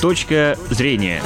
Точка зрения.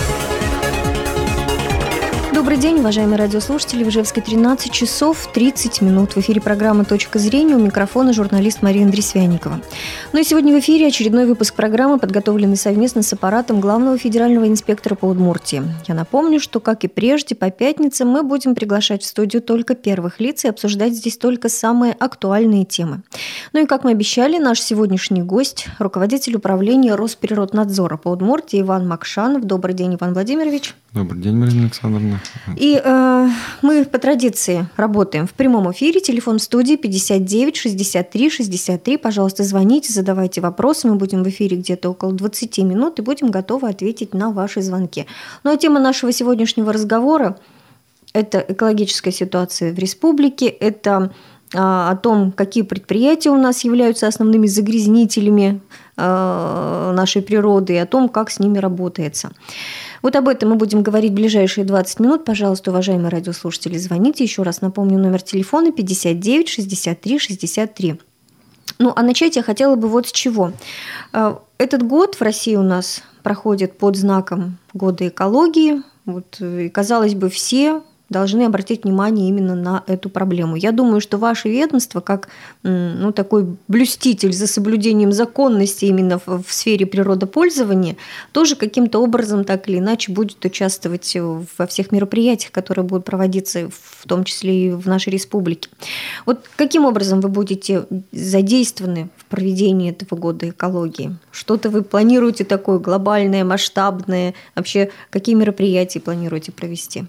Добрый день, уважаемые радиослушатели. В Ижевске 13 часов 30 минут. В эфире программа «Точка зрения». У микрофона журналист Мария Андресвяникова. Ну и сегодня в эфире очередной выпуск программы, подготовленный совместно с аппаратом главного федерального инспектора по Удмуртии. Я напомню, что, как и прежде, по пятницам мы будем приглашать в студию только первых лиц и обсуждать здесь только самые актуальные темы. Ну и, как мы обещали, наш сегодняшний гость – руководитель управления Росприроднадзора по Удмуртии Иван Макшанов. Добрый день, Иван Владимирович. Добрый день, Марина Александровна. И мы по традиции работаем в прямом эфире. Телефон в студии 59 63 63. Пожалуйста, звоните, задавайте вопросы. Мы будем в эфире где-то около 20 минут и будем готовы ответить на ваши звонки. Ну а тема нашего сегодняшнего разговора – это экологическая ситуация в республике, это о том, какие предприятия у нас являются основными загрязнителями нашей природы, и о том, как с ними работается. Вот об этом мы будем говорить в ближайшие 20 минут. Пожалуйста, уважаемые радиослушатели, звоните. Еще раз напомню, номер телефона 59 63 63. Ну, а начать я хотела бы вот с чего. Этот год в России у нас проходит под знаком Года экологии. Вот, и, казалось бы, все должны обратить внимание именно на эту проблему. Я думаю, что ваше ведомство, как такой блюститель за соблюдением законности именно в сфере природопользования, тоже каким-то образом так или иначе будет участвовать во всех мероприятиях, которые будут проводиться, в том числе и в нашей республике. Вот каким образом вы будете задействованы в проведении этого года экологии? Что-то вы планируете такое глобальное, масштабное? Вообще, какие мероприятия планируете провести?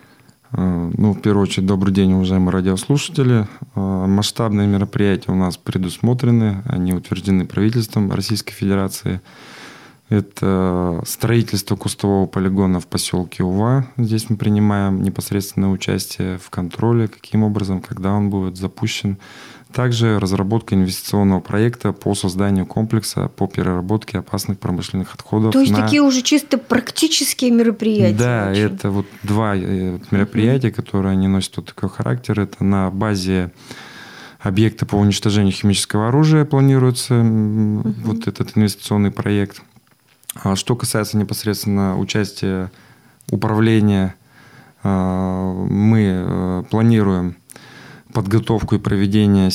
В первую очередь, добрый день, уважаемые радиослушатели. Масштабные мероприятия у нас предусмотрены, они утверждены правительством Российской Федерации. Это строительство кустового полигона в поселке Ува. Здесь мы принимаем непосредственное участие в контроле, каким образом, когда он будет запущен. Также разработка инвестиционного проекта по созданию комплекса по переработке опасных промышленных отходов. То есть такие уже чисто практические мероприятия? Да, очень. Это вот два мероприятия, которые они носят вот такой характер. Это на базе объекта по уничтожению химического оружия планируется вот этот инвестиционный проект. А что касается непосредственно участия управления, мы планируем подготовку и проведение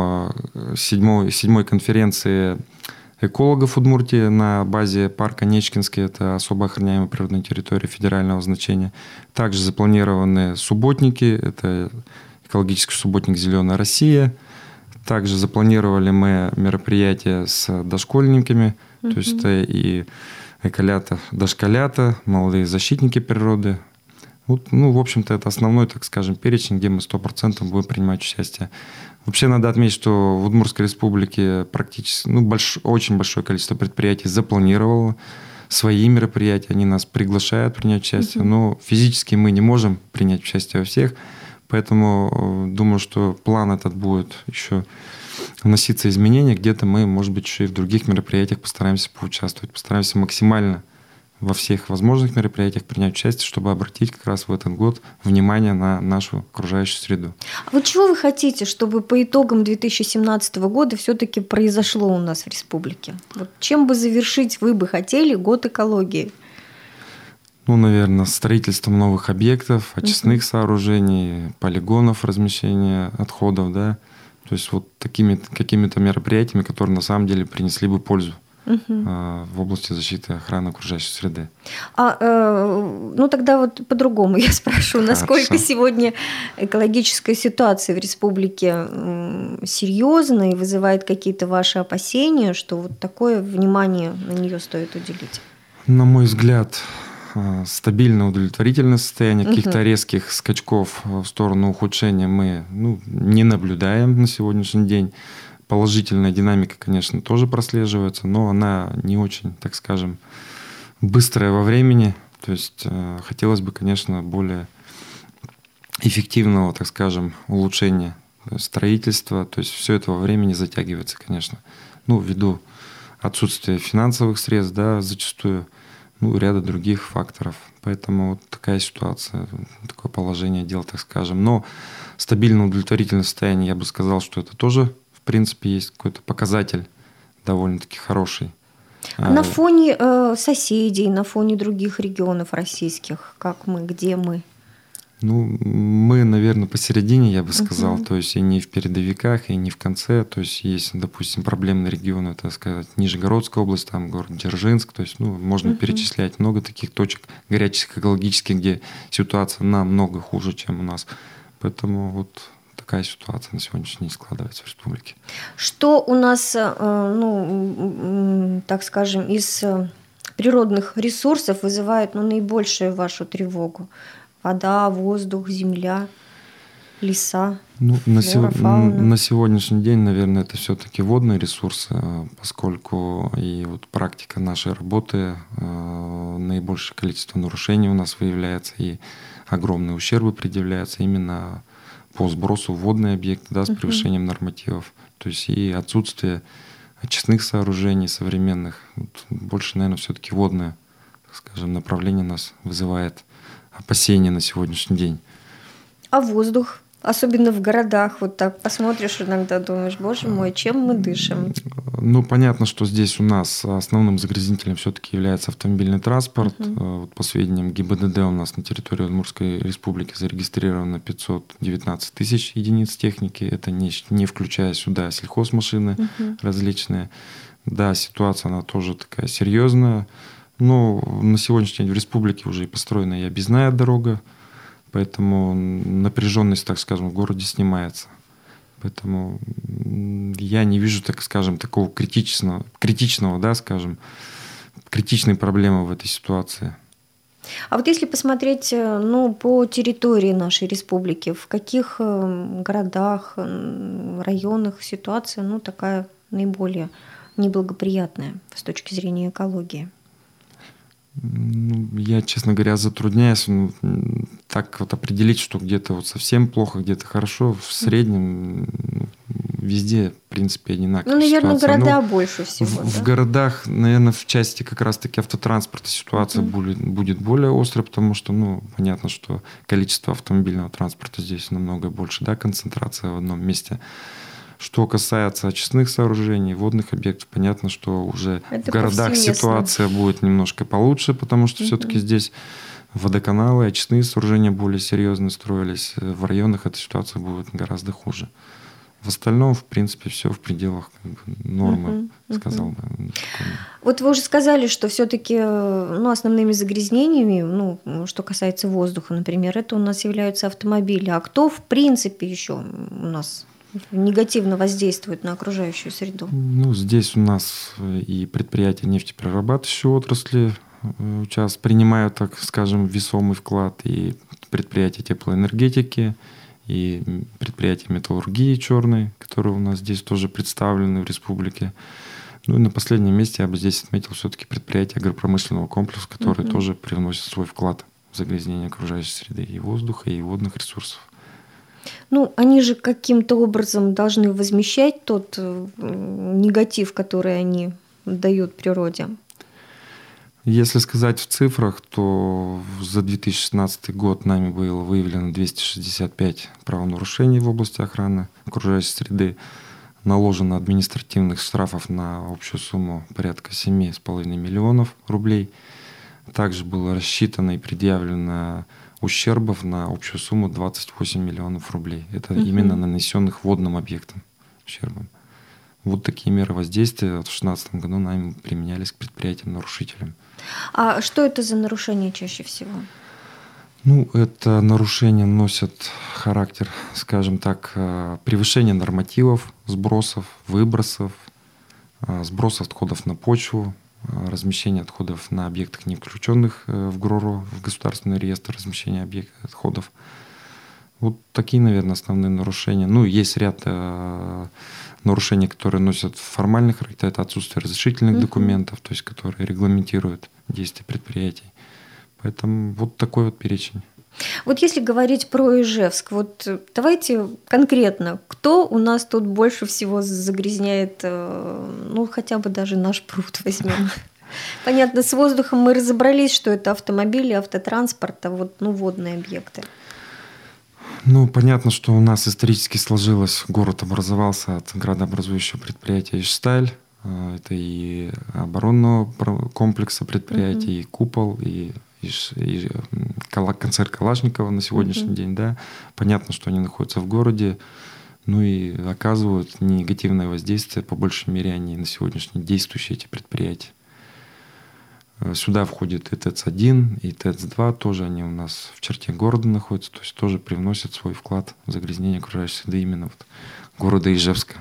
седьмой конференции экологов Удмуртии на базе парка Нечкинский, это особо охраняемая природная территория федерального значения. Также запланированы субботники, это экологический субботник «Зеленая Россия». Также запланировали мы мероприятия с дошкольниками, то есть это и эколята, дошколята, молодые защитники природы. Вот, в общем-то, это основной, так скажем, перечень, где мы 100% будем принимать участие. Вообще надо отметить, что в Удмуртской республике практически, очень большое количество предприятий запланировало свои мероприятия, они нас приглашают принять участие, но физически мы не можем принять участие во всех, поэтому думаю, что план этот будет еще вноситься изменения, где-то мы, может быть, еще и в других мероприятиях постараемся поучаствовать, постараемся максимально во всех возможных мероприятиях принять участие, чтобы обратить как раз в этот год внимание на нашу окружающую среду. А вот чего вы хотите, чтобы по итогам 2017 года все-таки произошло у нас в республике? Вот чем бы завершить вы бы хотели год экологии? Наверное, строительством новых объектов, очистных сооружений, полигонов размещения отходов, да. То есть вот такими какими-то мероприятиями, которые на самом деле принесли бы пользу в области защиты и охраны окружающей среды. Тогда вот по-другому я спрошу, насколько сегодня экологическая ситуация в республике серьезна и вызывает какие-то ваши опасения, что вот такое внимание на нее стоит уделить? На мой взгляд, стабильное, удовлетворительное состояние, каких-то резких скачков в сторону ухудшения мы не наблюдаем на сегодняшний день. Положительная динамика, конечно, тоже прослеживается, но она не очень, так скажем, быстрая во времени. То есть хотелось бы, конечно, более эффективного, так скажем, улучшения строительства. То есть все это во времени затягивается, конечно. Ввиду отсутствия финансовых средств, да, зачастую, ряда других факторов. Поэтому вот такая ситуация, такое положение дел, так скажем. Но стабильное удовлетворительное состояние, я бы сказал, что это тоже, в принципе, есть какой-то показатель довольно-таки хороший. А на фоне соседей, на фоне других регионов российских, как мы, где мы? Ну, мы, наверное, посередине, я бы сказал, то есть и не в передовиках, и не в конце, то есть есть, допустим, проблемные регионы, так сказать, Нижегородская область, там город Дзержинск, то есть, ну, можно перечислять много таких точек горячих экологических, где ситуация намного хуже, чем у нас, поэтому вот такая ситуация на сегодняшний день складывается в республике. Что у нас, ну, так скажем, из природных ресурсов вызывает, ну, наибольшую вашу тревогу? Вода, воздух, земля, леса, флора, фауна. На сегодняшний день, наверное, это все-таки водные ресурсы, поскольку и вот практика нашей работы, наибольшее количество нарушений у нас выявляется, и огромные ущербы предъявляются именно по сбросу в водные объекты, да, с превышением нормативов. То есть и отсутствие очистных сооружений современных. Вот больше, наверное, все-таки водное, так скажем, направление нас вызывает опасения на сегодняшний день. А воздух? Особенно в городах, вот так посмотришь иногда, думаешь, боже мой, чем мы дышим? Ну, понятно, что здесь у нас основным загрязнителем все-таки является автомобильный транспорт. Вот по сведениям ГИБДД у нас на территории Удмуртской республики зарегистрировано 519 тысяч единиц техники. Это не включая сюда сельхозмашины различные. Да, ситуация, она тоже такая серьезная. Но на сегодняшний день в республике уже и построена и объездная дорога, поэтому напряженность, так скажем, в городе снимается. Поэтому я не вижу, так скажем, такого критичного, да, скажем, критичной проблемы в этой ситуации. А вот если посмотреть, ну, по территории нашей республики, в каких городах, районах ситуация, ну, такая наиболее неблагоприятная с точки зрения экологии? Я, честно говоря, затрудняюсь так вот определить, что где-то вот совсем плохо, где-то хорошо. В среднем везде, в принципе, одинаково. Ну, наверное, ситуация. Города больше всего. В городах, наверное, в части как раз-таки автотранспорта ситуация будет более острая, потому что, ну, понятно, что количество автомобильного транспорта здесь намного больше, да, концентрация в одном месте. Что касается очистных сооружений, водных объектов, понятно, что уже это в городах ситуация будет немножко получше, потому что все-таки здесь водоканалы, очистные сооружения более серьезно строились. В районах эта ситуация будет гораздо хуже. В остальном, в принципе, все в пределах нормы, сказал бы. Вот вы уже сказали, что все-таки, ну, основными загрязнениями, ну, что касается воздуха, например, это у нас являются автомобили. А кто, в принципе, еще у нас негативно воздействует на окружающую среду? Ну, здесь у нас и предприятия нефтеперерабатывающей отрасли сейчас принимают, так скажем, весомый вклад, и предприятия теплоэнергетики, и предприятия металлургии черной, которые у нас здесь тоже представлены в республике. Ну и на последнем месте я бы здесь отметил все-таки предприятия агропромышленного комплекса, которые тоже привносят свой вклад в загрязнение окружающей среды и воздуха, и водных ресурсов. Ну, они же каким-то образом должны возмещать тот негатив, который они дают природе. Если сказать в цифрах, то за 2016 год нами было выявлено 265 правонарушений в области охраны окружающей среды. Наложено административных штрафов на общую сумму порядка 7,5 миллионов рублей. Также было рассчитано и предъявлено ущербов на общую сумму 28 миллионов рублей. Это именно нанесенных водным объектам ущербом. Вот такие меры воздействия в 2016 году нами применялись к предприятиям-нарушителям. А что это за нарушения чаще всего? Ну, это нарушения носят характер, скажем так, превышения нормативов, сбросов, выбросов, сброс отходов на почву, размещение отходов на объектах, не включенных в ГРОРО, в Государственный реестр размещения объектов отходов. Вот такие, наверное, основные нарушения. Ну, есть ряд нарушений, которые носят формальный характер. Это отсутствие разрешительных документов, то есть которые регламентируют действия предприятий. Поэтому вот такой вот перечень. Вот если говорить про Ижевск, вот давайте конкретно, кто у нас тут больше всего загрязняет, ну, хотя бы даже наш пруд возьмем. Понятно, с воздухом мы разобрались, что это автомобили, автотранспорт, а вот, ну, водные объекты. Ну, понятно, что у нас исторически сложилось, город образовался от градообразующего предприятия «Ижсталь». Это и оборонного комплекса предприятий, и купол, и концерт Калашникова на сегодняшний день. Да. Понятно, что они находятся в городе, ну и оказывают негативное воздействие, по большей мере, они на сегодняшний день действующие эти предприятия. Сюда входит и ТЭЦ-1, и ТЭЦ-2, тоже они у нас в черте города находятся, то есть тоже привносят свой вклад в загрязнение окружающей среды именно вот города Ижевска.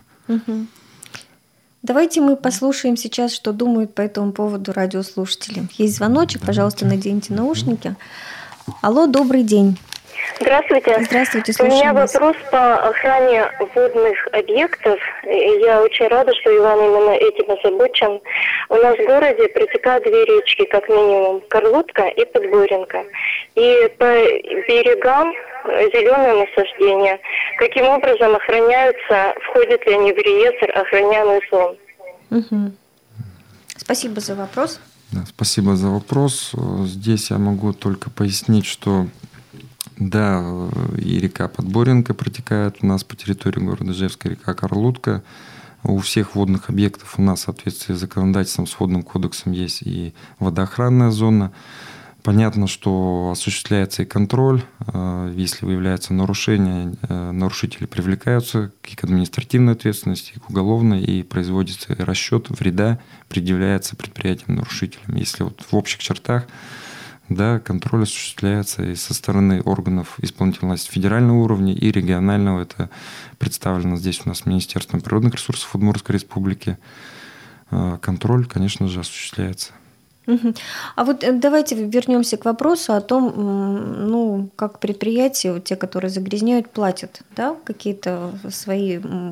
Давайте мы послушаем сейчас, что думают по этому поводу радиослушатели. Есть звоночек, пожалуйста, наденьте наушники. Алло, добрый день. Здравствуйте. Здравствуйте, У слушаем меня вас. вопрос по охране водных объектов. Я очень рада, что Иван именно этим озабочен. У нас в городе протекают две речки, как минимум, Карлутка и Подгоренка. И по берегам зеленые насаждения. Каким образом охраняются, входят ли они в реестр охраняемых зон? Спасибо за вопрос. Да, спасибо за вопрос. Здесь я могу только пояснить, что да, и река Подборенка протекает у нас по территории города Ижевска, река Карлутка. У всех водных объектов у нас в соответствии с законодательством, с водным кодексом есть и водоохранная зона. Понятно, что осуществляется и контроль. Если выявляется нарушение, нарушители привлекаются к административной ответственности, к уголовной, и производится расчет вреда, предъявляется предприятиям-нарушителям. Если вот в общих чертах, да, контроль осуществляется и со стороны органов исполнительной власти федерального уровня и регионального. Это представлено здесь у нас Министерством природных ресурсов Удмуртской Республики. Контроль, конечно же, осуществляется. А вот давайте вернемся к вопросу о том, ну, как предприятия, вот те, которые загрязняют, платят, да, какие-то свои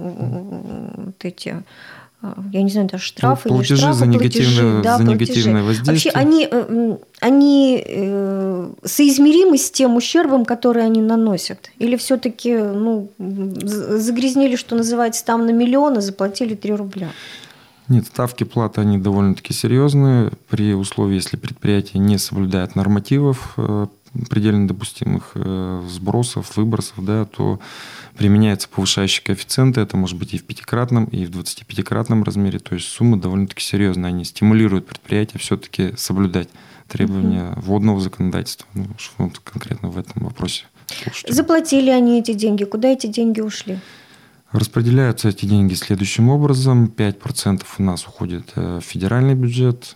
вот эти, я не знаю, даже штрафы, платежи не штрафы, за негативное, да, за негативное воздействие. Вообще они соизмеримы с тем ущербом, который они наносят? Или все-таки, ну, загрязнили, что называется, там на миллион, а заплатили 3 рубля? Нет, ставки платы, они довольно-таки серьезные. При условии, если предприятие не соблюдает нормативов предельно допустимых сбросов, выбросов, да, то применяются повышающие коэффициенты. Это может быть и в 5-кратном, и в 25-кратном размере. То есть суммы довольно-таки серьезные. Они стимулируют предприятие все-таки соблюдать требования водного законодательства. Ну, вот конкретно в этом вопросе. Заплатили они эти деньги. Куда эти деньги ушли? Распределяются эти деньги следующим образом. 5% у нас уходит в федеральный бюджет,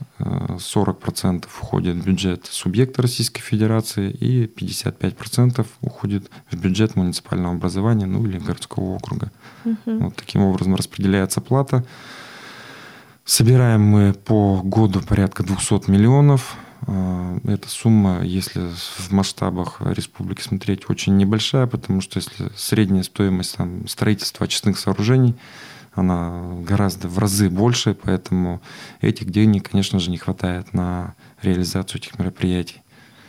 40% уходит в бюджет субъекта Российской Федерации и 55% уходит в бюджет муниципального образования, ну или городского округа. Вот таким образом распределяется плата. Собираем мы по году порядка 200 миллионов. Эта сумма, если в масштабах республики смотреть, очень небольшая, потому что если средняя стоимость там, строительства очистных сооружений, она гораздо в разы больше, поэтому этих денег, конечно же, не хватает на реализацию этих мероприятий.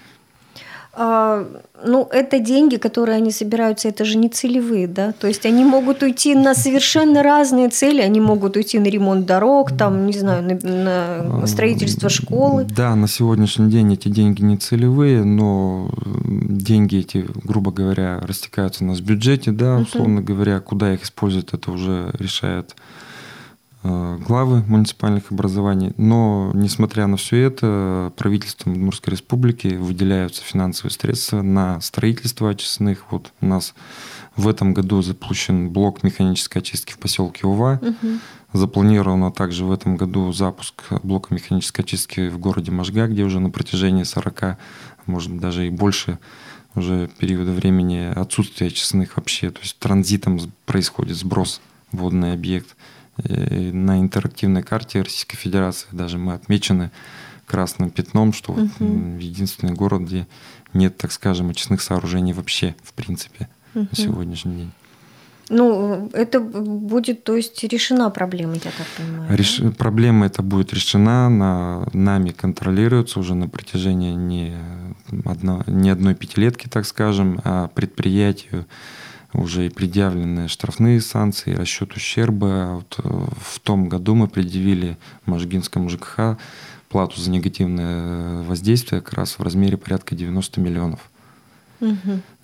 Ну, это деньги, которые они собираются, это же не целевые, да? То есть они могут уйти на совершенно разные цели, они могут уйти на ремонт дорог, там, не знаю, на строительство школы. Да, на сегодняшний день эти деньги не целевые, но деньги эти, грубо говоря, растекаются у нас в бюджете, да, условно говоря, куда их используют, это уже решает главы муниципальных образований. Но, несмотря на все это, правительством Удмуртской Республики выделяются финансовые средства на строительство очистных. Вот у нас в этом году запущен блок механической очистки в поселке Ува. Запланировано также в этом году запуск блока механической очистки в городе Можга, где уже на протяжении 40, может быть, даже и больше уже периода времени отсутствия очистных вообще. То есть транзитом происходит сброс в водный объект. На интерактивной карте Российской Федерации даже мы отмечены красным пятном, что единственный город, где нет, так скажем, очистных сооружений вообще, в принципе, на сегодняшний день. Ну, это будет, то есть, решена проблема, я так понимаю. Проблема эта будет решена, нами контролируется уже на протяжении не одной пятилетки, так скажем, а предприятию уже и предъявлены штрафные санкции, расчет ущерба. Вот в том году мы предъявили Можгинскому ЖКХ плату за негативное воздействие как раз в размере порядка 90 миллионов.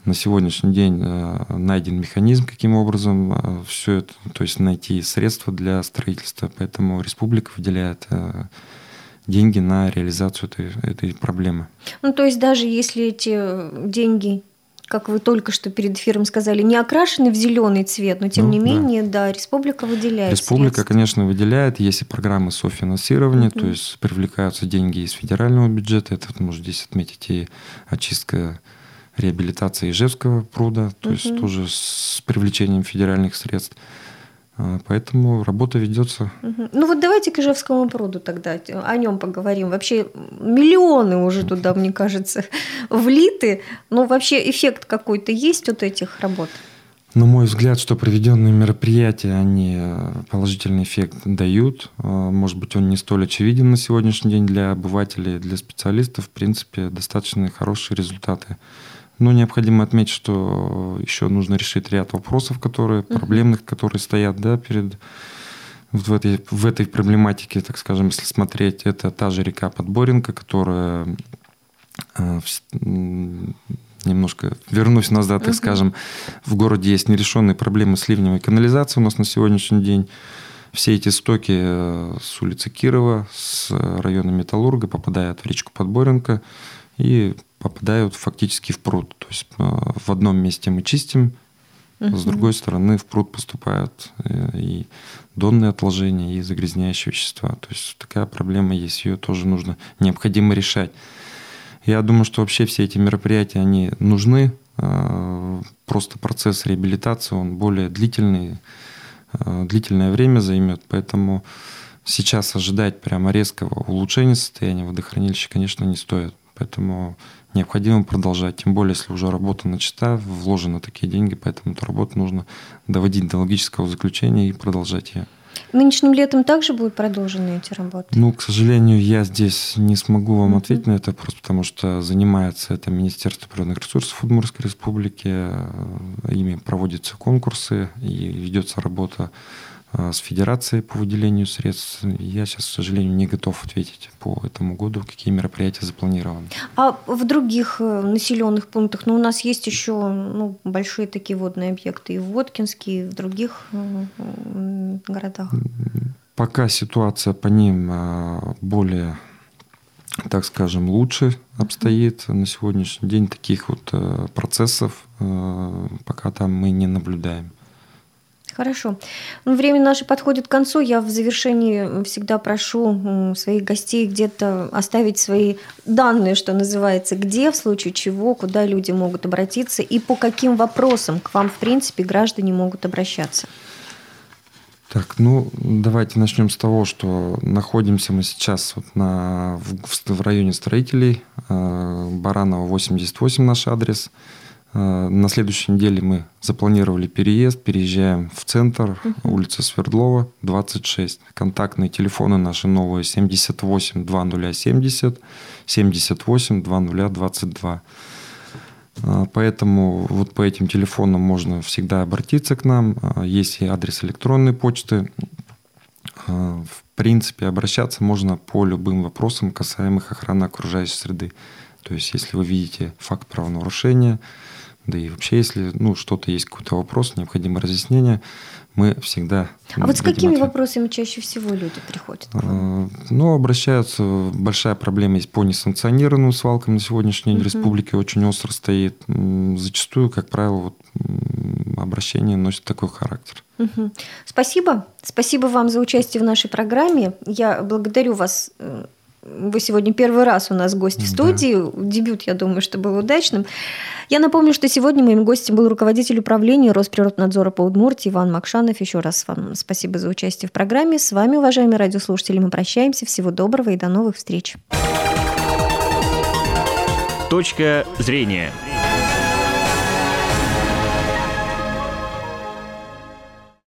На сегодняшний день найден механизм, каким образом все это, то есть найти средства для строительства. Поэтому республика выделяет деньги на реализацию этой проблемы. Ну, то есть даже если эти деньги, как вы только что перед эфиром сказали, не окрашены в зеленый цвет, но тем не менее, да, республика выделяет Республика, средства. конечно, выделяет. Есть и программы софинансирования, то есть привлекаются деньги из федерального бюджета. Это, можно здесь отметить, и очистка, реабилитация Ижевского пруда, то есть тоже с привлечением федеральных средств. Поэтому работа ведется. Ну вот давайте к Ижевскому пруду тогда о нем поговорим. Вообще миллионы уже туда, мне кажется, влиты. Но вообще эффект какой-то есть от этих работ? На мой взгляд, что проведенные мероприятия, они положительный эффект дают. Может быть, он не столь очевиден на сегодняшний день для обывателей, для специалистов. В принципе, достаточно хорошие результаты. Но необходимо отметить, что еще нужно решить ряд вопросов, проблемных, которые стоят в этой проблематике, так скажем, если смотреть. Это та же река Подборенка, которая, немножко вернусь назад, так скажем, в городе есть нерешенные проблемы с ливневой канализацией у нас на сегодняшний день. Все эти стоки с улицы Кирова, с района Металлурга попадают в речку Подборенка и попадают фактически в пруд. То есть в одном месте мы чистим, с другой стороны в пруд поступают и донные отложения, и загрязняющие вещества. То есть такая проблема есть, ее тоже необходимо решать. Я думаю, что вообще все эти мероприятия, они нужны. Просто процесс реабилитации, он более длительное время займет, поэтому сейчас ожидать прямо резкого улучшения состояния водохранилища, конечно, не стоит. Поэтому необходимо продолжать. Тем более, если уже работа начата, вложены такие деньги, поэтому эту работу нужно доводить до логического заключения и продолжать ее. Нынешним летом также будут продолжены эти работы? К сожалению, я здесь не смогу вам ответить на это, просто потому что занимается это Министерство природных ресурсов Удмуртской Республики. Ими проводятся конкурсы и ведется работа с Федерацией по выделению средств. Я сейчас, к сожалению, не готов ответить по этому году, какие мероприятия запланированы. А в других населенных пунктах, у нас есть еще большие такие водные объекты и в Воткинске, и в других городах? Пока ситуация по ним более, так скажем, лучше обстоит. На сегодняшний день таких процессов пока там мы не наблюдаем. Хорошо. Время наше подходит к концу. Я в завершении всегда прошу своих гостей где-то оставить свои данные, что называется, где, в случае чего, куда люди могут обратиться и по каким вопросам к вам, в принципе, граждане могут обращаться. Так, давайте начнем с того, что находимся мы сейчас в районе строителей. Баранова, 88 наш адрес. На следующей неделе мы запланировали переезд, переезжаем в центр, улица Свердлова, 26. Контактные телефоны наши новые 78 2070, 78 2022. Поэтому по этим телефонам можно всегда обратиться к нам. Есть и адрес электронной почты. В принципе, обращаться можно по любым вопросам, касаемых охраны окружающей среды. То есть, если вы видите факт правонарушения, да и вообще, если что-то есть, какой-то вопрос, необходимо разъяснение, мы всегда... А с какими вопросами чаще всего люди приходят? Обращаются. Большая проблема есть по несанкционированным свалкам на сегодняшний день в республике, очень остро стоит. Зачастую, как правило, обращение носит такой характер. Спасибо. Спасибо вам за участие в нашей программе. Я благодарю вас. Вы сегодня первый раз у нас гость в студии. Да. Дебют, я думаю, что был удачным. Я напомню, что сегодня моим гостем был руководитель управления Росприроднадзора по Удмуртии Иван Макшанов. Еще раз вам спасибо за участие в программе. С вами, уважаемые радиослушатели, мы прощаемся. Всего доброго и до новых встреч. Точка зрения.